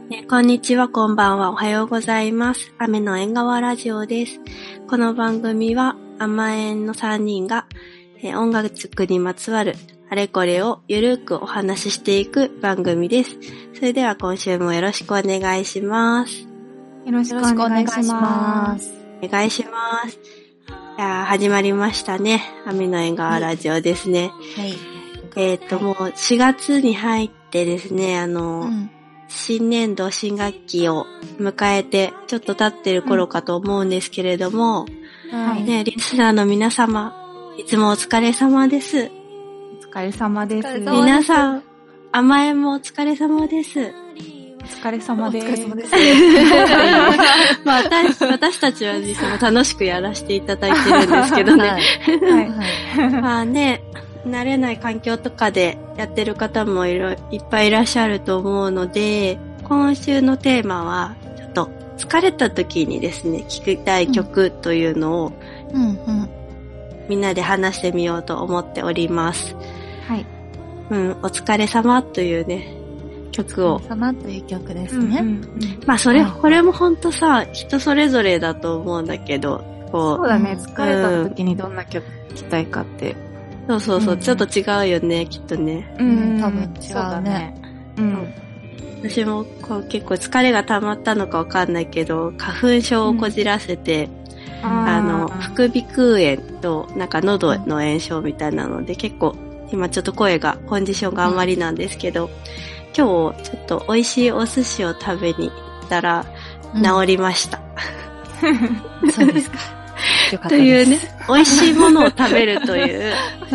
こんにちは、こんばんは、おはようございます。雨の縁側ラジオです。この番組は甘えんの3人が、音楽にまつわるあれこれをゆるくお話ししていく番組です。それでは今週もよろしくお願いします。 よろしくお願いします。 お願いします。いやー、始まりましたね。雨の縁側ラジオですね。 はい。 もう4月に入ってですね、新年度、新学期を迎えて、ちょっと経ってる頃かと思うんですけれども、ね、リスナーの皆様、いつもお疲れ様です。 お疲れ様です。 皆さん、甘えんもお疲れ様です。 お疲れ様です。お疲れ様です。 まあ、私たちは実際楽しくやらせていただいてるんですけどね。まあね、慣れない環境とかでやってる方もいっぱいいらっしゃると思うので、今週のテーマは、ちょっと疲れた時にですね、聴きたい曲というのを、みんなで話してみようと思っております。 はい。 お疲れ様というね、曲を。 お疲れ様という曲ですね。 まあこれもほんとさ、人それぞれだと思うんだけど、 そうだね、疲れた時にどんな曲聴きたいかって。 そう、ちょっと違うよね、きっとね。 多分違うね。 私も結構疲れが溜まったのかわかんないけど、花粉症をこじらせて、副鼻腔炎となんか喉の炎症みたいなので、結構今ちょっとコンディションがあんまりなんですけど、今日ちょっと美味しいお寿司を食べに行ったら治りました。 そうですか。よかったです。 というね、美味しいものを食べるという、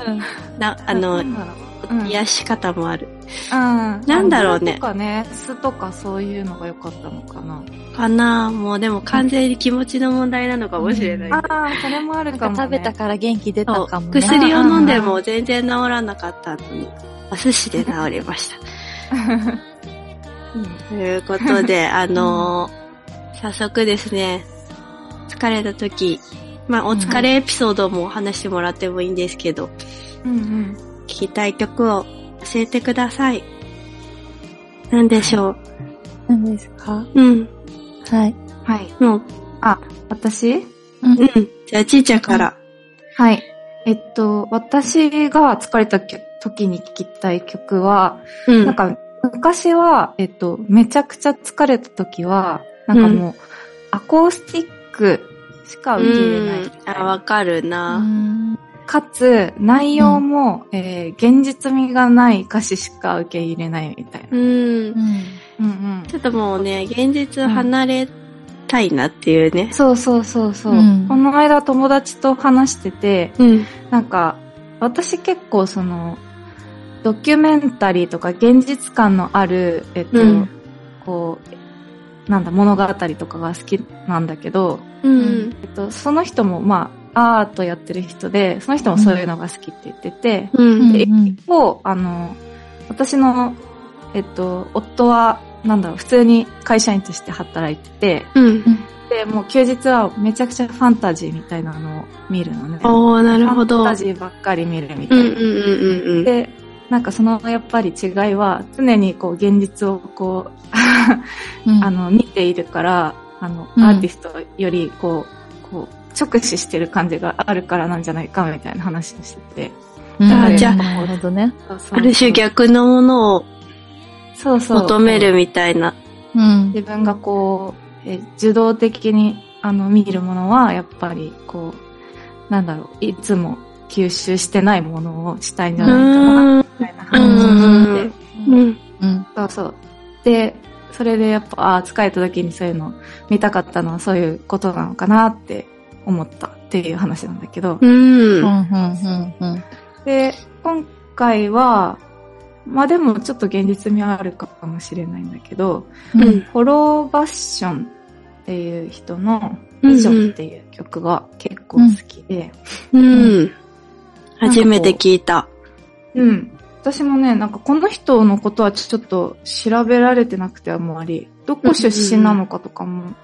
癒し方もある。なんだろうね。 とかね、酢とかそういうのが良かったのかな。 かな、もうでも完全に気持ちの問題なのかもしれない。 それもあるかもね。 食べたから元気出たかもね。 薬を飲んでも全然治らなかったのに、お寿司で治りました。ということで、早速ですね、疲れた時、まあお疲れエピソードも話してもらってもいいんですけど、聴きたい曲を教えてください。何でしょう？ 何ですか？ はい。もう、私？ じゃあちーちゃんから。 はい。私が疲れた時に聴きたい曲は、なんか、昔は、めちゃくちゃ疲れた時は、なんかもう、アコースティックしか受け入れないみたいな。 わかるな。 かつ、内容も、現実味がない歌詞しか受け入れないみたいな。 ちょっともうね、現実離れたいなっていうね。 そう。この間友達と話してて、なんか、私結構ドキュメンタリーとか現実感のある、物語とかが好きなんだけど、その人も、まあ、アートやってる人で、その人もそういうのが好きって言ってて、一方、私の、夫は、普通に会社員として働いてて、で、もう休日はめちゃくちゃファンタジーみたいなのを見るのね。 なるほど。 ファンタジーばっかり見るみたいな。で、なんかやっぱり違いは、常に現実を見ているから、アーティストより直視してる感じがあるからなんじゃないかみたいな話をしてて。 じゃあ、 なるほどね。 ある種逆のものを求めるみたいな。 自分が受動的に見るものは、やっぱりいつも吸収してないものをしたいんじゃないかな、みたいな話をして。で、それでやっぱ、疲れた時にそういうの見たかったのはそういうことなのかなって思ったっていう話なんだけど。で、今回は、まあでもちょっと現実味はあるかもしれないんだけど、ホローバッションっていう人のビジョンっていう曲が結構好きで。 初めて聞いた。 私もね、なんかこの人のことはちょっと調べられてなくてあんまり、どこ出身なのかとかも、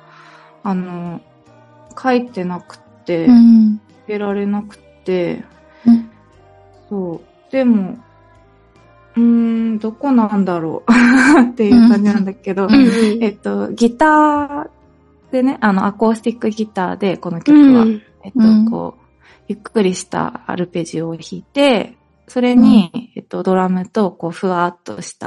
書いてなくて、出られなくて、そう。でも、 どこなんだろうっていう感じなんだけど、ギターでね、アコースティックギターでこの曲は、こう、ゆっくりしたアルペジオを弾いて、それに、ドラムと、こう、ふわっとした、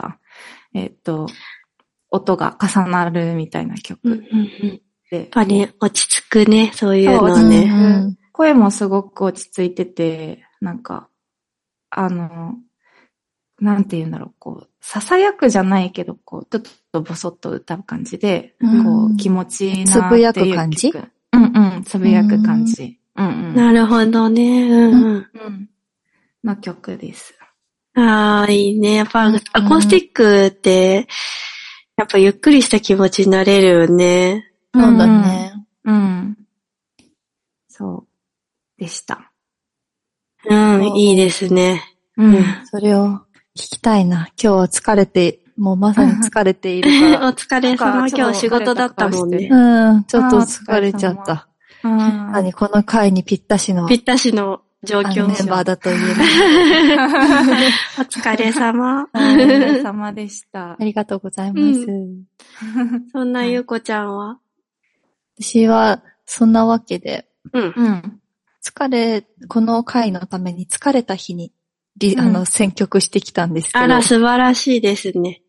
音が重なるみたいな曲で。 やっぱり落ち着くね、そういうのはね。 声もすごく落ち着いてて、なんか、なんて言うんだろう、こう、囁くじゃないけど、こう、ちょっとボソッと歌う感じで、こう、気持ちいいなっていう曲。 つぶやく感じ？ つぶやく感じ。 なるほどね。 の曲です。 ああ、いいね。やっぱ、アコースティックって、やっぱゆっくりした気持ちになれるよね。 そうだね。 そうでした。 いいですね。 それを聞きたいな。今日は疲れて、もうまさに疲れているから。 お疲れ様。今日仕事だったもんね。 ちょっと疲れちゃった。この回にぴったしの状況。 メンバーだと言える。 お疲れ様。 お疲れ様でした。 ありがとうございます。 そんなゆうこちゃんは？ 私は、そんなわけで、この回のために疲れた日に、選曲してきたんですけど。 あら、素晴らしいですね。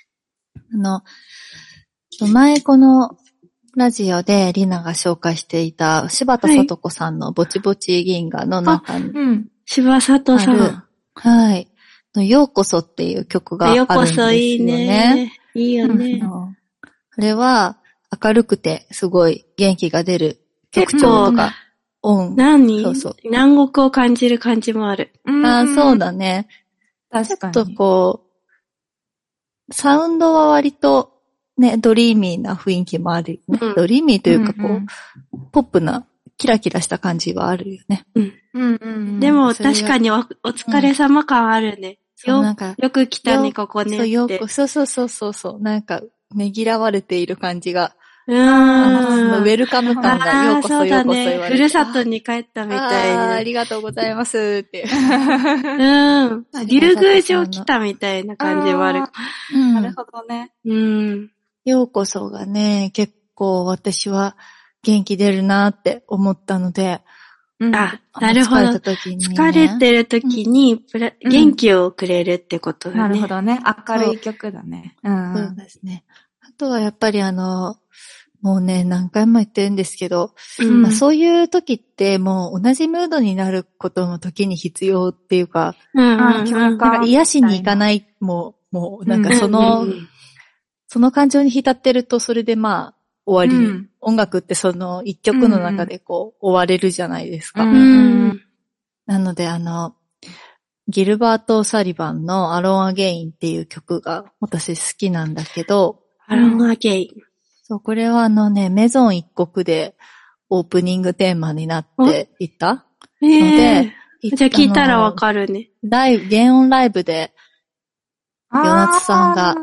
前このラジオでリナが紹介していた柴田聡子さんのぼちぼち銀河の中に、 柴里さん。 はい。ようこそっていう曲があるんですよね。ようこそいいね。 いいよね。 これは明るくてすごい元気が出る曲調とか南国を感じる感じもある。 そうだね。 確かに。 ちょっとこう、サウンドは割とね、ドリーミーな雰囲気もあるよね。ドリーミーというかこう、ポップな、キラキラした感じはあるよね。 でも確かにお疲れ様感あるね。よく来たね、ここねって。 そう。なんか、ねぎらわれている感じが。ウェルカム感がようこそ言われて。 ふるさとに帰ったみたいな。 ありがとうございますって。 竜宮城来たみたいな感じもある。 なるほどね。 ようこそがね、結構私は元気出るなって思ったので。 なるほど。疲れてる時に、元気をくれるってことだね。 なるほどね。明るい曲だね。 そうですね。あとはやっぱりもうね、何回も言ってるんですけど、そういう時ってもう同じムードになることの時に必要っていうか、なんか癒しに行かない、もうなんかその感情に浸ってるとそれで終わり、音楽ってその一曲の中でこう終われるじゃないですか。なのでギルバート・サリバンのアロン・アゲインっていう曲が私好きなんだけど、 アロン・アゲイン。 そう、これはメゾン一国でオープニングテーマになっていたので、 じゃあ聞いたらわかるね。 原音ライブで、ヨナツさんが、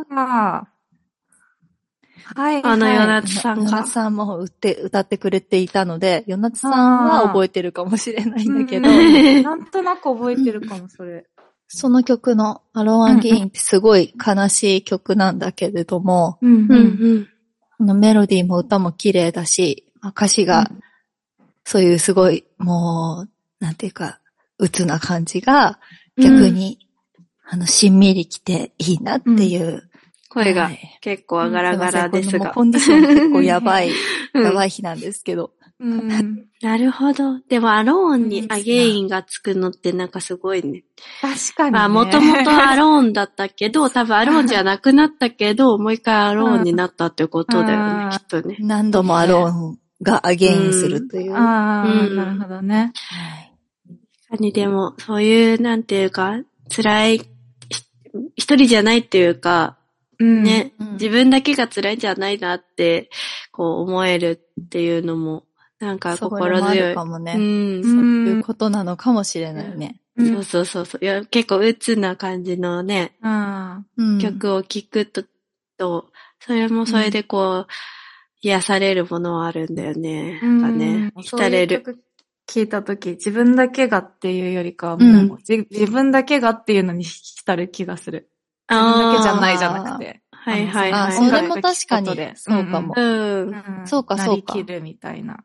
ヨナツさんが。 ヨナツさんも歌ってくれていたので、ヨナツさんは覚えてるかもしれないんだけど、 なんとなく覚えてるかも、それ。 その曲のアロン・アゲインってすごい悲しい曲なんだけれども、メロディーも歌も綺麗だし、歌詞が、そういうすごい、もう、なんていうか、鬱な感じが、逆に、しんみりきていいなっていう。 声が結構ガラガラですが。 コンディション結構やばい日なんですけど。 なるほど。でも、アローンにアゲインがつくのってなんかすごいね。 確かにね。 もともとアローンだったけど、多分アローンじゃなくなったけど、もう一回アローンになったってことだよね、きっとね。 何度もアローンがアゲインするという。 なるほどね。 確かにでも、そういう、なんていうか、辛い、一人じゃないっていうか、ね、自分だけが辛いんじゃないなって、こう思えるっていうのも、なんか心強い。 そうかもね。そういうことなのかもしれないね。 そう。いや、結構鬱な感じのね、曲を聴くと、それもそれでこう、癒されるものはあるんだよね。なんかね、浸れる。 そういう曲聞いたとき、自分だけがっていうよりかは、もう自分だけがっていうのに浸る気がする。 自分だけじゃないじゃなくて。 はいはいはい。 それも確かに、そうかも。そうかそうか。 なりきるみたいな。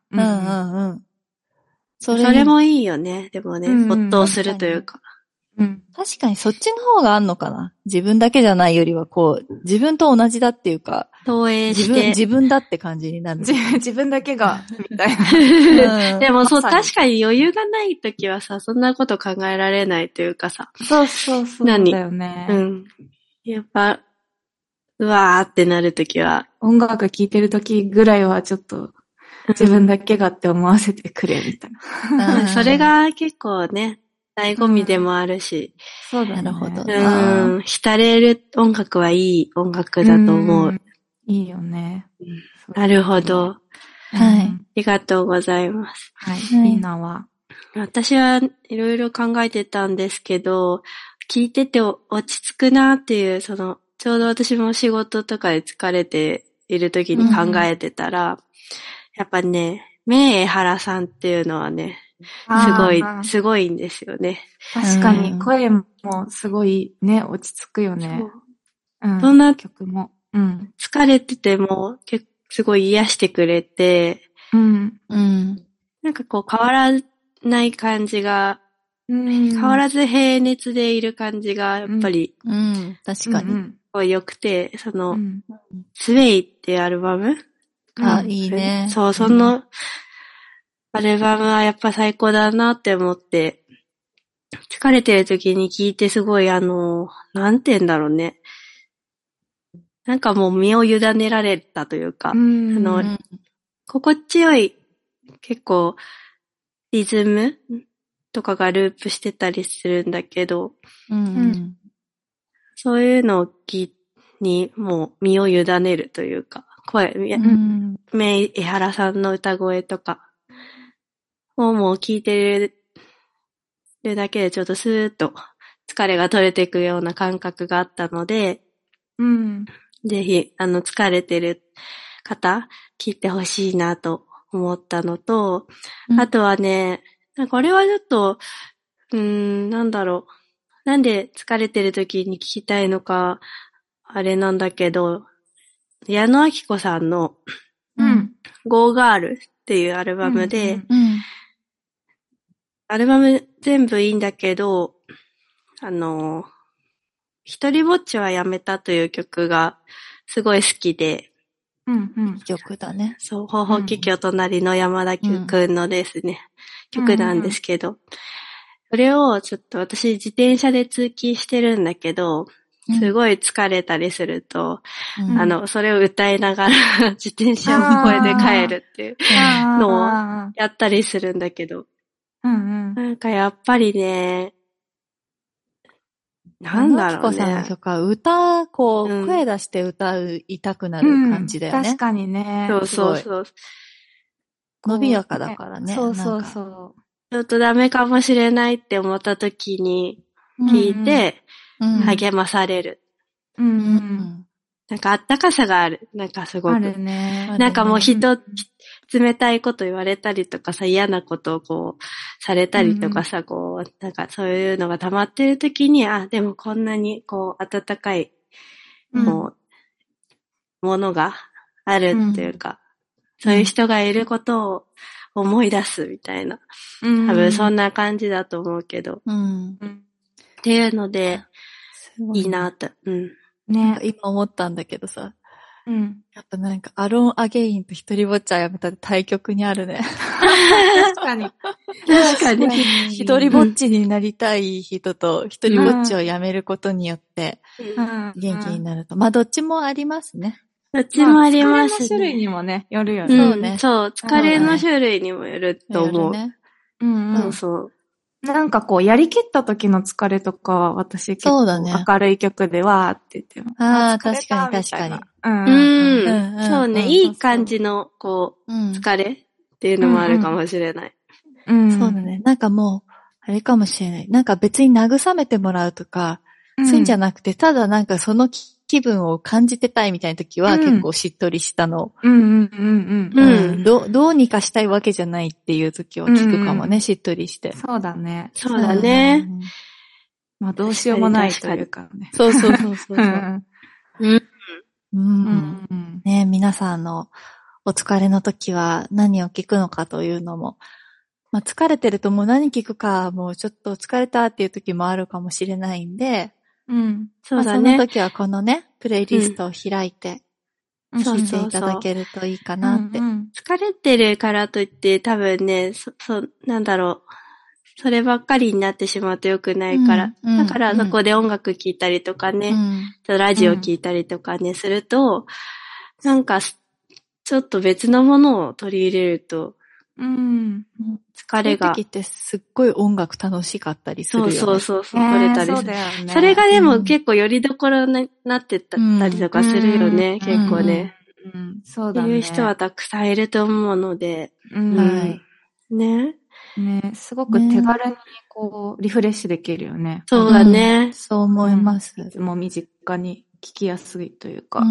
それもいいよね。でもね、没頭するというか。 確かにそっちの方があんのかな。自分だけじゃないよりは自分と同じだっていうか、 投影して。 自分だって感じになる。 自分だけが、みたいな。 でも確かに余裕がないときはさ、そんなこと考えられないというかさ。 そうだよね。 やっぱ、うわーってなるときは。 音楽聴いてるときぐらいはちょっと、自分だけがって思わせてくれ、みたいな。 それが結構ね、醍醐味でもあるし。 そうだね。 なるほど。 浸れる音楽はいい音楽だと思う。 いいよね。 なるほど。 はい。 ありがとうございます。 はい。みんなは私はいろいろ考えてたんですけど、聞いてて落ち着くなっていう、ちょうど私も仕事とかで疲れている時に考えてたら、やっぱね、名江原さんっていうのはね、すごいんですよね。 確かに、声もすごいね、落ち着くよね。 どんな曲も。 疲れてても、すごい癒してくれて、なんかこう変わらない感じが、変わらず平熱でいる感じが、やっぱり、 確かに。 良くて、スウェイっていうアルバムいいね。 そう、その、アルバムはやっぱ最高だなって思って、疲れてる時に聴いてすごいなんて言うんだろうね。なんかもう身を委ねられたというか、心地よい、結構、リズムとかがループしてたりするんだけど、そういうのをにもう身を委ねるというか、江原さんの歌声とかをもう聞いてるだけでちょっとスーッと疲れが取れていくような感覚があったので、ぜひ、疲れてる方、聞いてほしいなと思ったのと、あとはね、これはちょっと、なんだろう。なんで疲れてる時に聞きたいのか、あれなんだけど、矢野明子さんの、ゴーガールっていうアルバムで、アルバム全部いいんだけど、一人ぼっちはやめたという曲がすごい好きで、 曲だね。 そう、方法気境隣の山田くんのですね、曲なんですけど、それをちょっと私自転車で通勤してるんだけど、すごい疲れたりすると、それを歌いながら自転車の声で帰るっていうのをやったりするんだけど、なんかやっぱりね、なんだろうね。 あきこさんの曲は声出して歌いたくなる感じだよね。 確かにね。 そう。 伸びやかだからね。 そう。 ちょっとダメかもしれないって思った時に聞いて励まされる。なんかあったかさがある。なんかすごく。 あるね。 なんかもう冷たいこと言われたりとかさ、嫌なことをされたりとかさ、なんかそういうのが溜まってる時に、でもこんなに温かい、ものがあるっていうか、そういう人がいることを思い出すみたいな。多分そんな感じだと思うけど。っていうので、いいなと。 ね。今思ったんだけどさ。やっぱなんか、アロン・アゲインと一人ぼっちはやめたって対極にあるね。 確かに。 一人ぼっちになりたい人と一人ぼっちをやめることによって、元気になると。まあ、どっちもありますね。 どっちもありますね。 疲れの種類にもね、よるよね。 そうね。 そう、疲れの種類にもよると思う。そう。 なんかやりきった時の疲れとかは、私結構明るい曲でわーって言っても。 確かに。 そうね、いい感じの、疲れっていうのもあるかもしれない。 そうだね。なんかもう、あれかもしれない。なんか別に慰めてもらうとか、そういうんじゃなくて、ただなんかその気分を感じてたいみたいな時は結構しっとりしたの。どうにかしたいわけじゃないっていう時は聞くかもね、しっとりして。 そうだね。 そうだね。 まあどうしようもないというかね。 そうそうそうそう。 うんね、皆さんのお疲れの時は何を聞くのかというのも、まあ疲れてるともう何聞くか、もうちょっと疲れたっていう時もあるかもしれないんで、 そうだね。 その時はこのね、プレイリストを開いて、聞いていただけるといいかなって。 疲れてるからといって多分ね、なんだろう。そればっかりになってしまうと良くないから。だからそこで音楽聴いたりとかね、ラジオ聴いたりとかね、すると、なんか、ちょっと別のものを取り入れると、疲れが。 そういう時ってすっごい音楽楽しかったりするよね。 そう、取れたりする。それがでも結構よりどころになってったりとかするよね、結構ね。 そうだね。 いう人はたくさんいると思うので。 はい。 ね。 すごく手軽にこう、リフレッシュできるよね。 そうだね。 そう思います。 いつも身近に聞きやすいというか。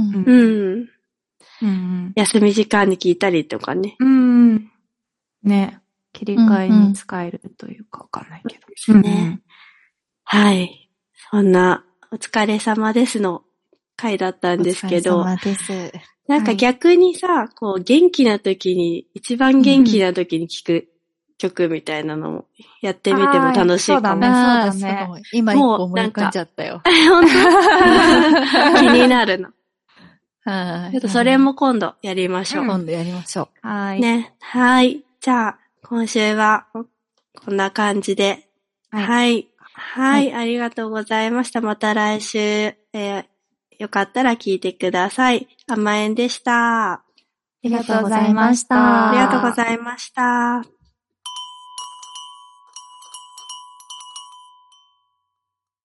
休み時間に聞いたりとかね。 ね。切り替えに使えるというかわかんないけど。 ね。はい。そんな、お疲れ様ですの回だったんですけど。 お疲れ様です。 なんか逆にさ、こう、元気な時に、一番元気な時に聞く曲みたいなのもやってみても楽しいかも。 そうだね。 今一個思い浮かんじゃったよ。 本当気になるの。 はい。 ちょっとそれも今度やりましょう。 今度やりましょう。はい。 ね。はい。じゃあ、今週はこんな感じで。はい。はい。ありがとうございました。また来週、よかったら聞いてください。甘えんでした。 ありがとうございました。 ありがとうございました。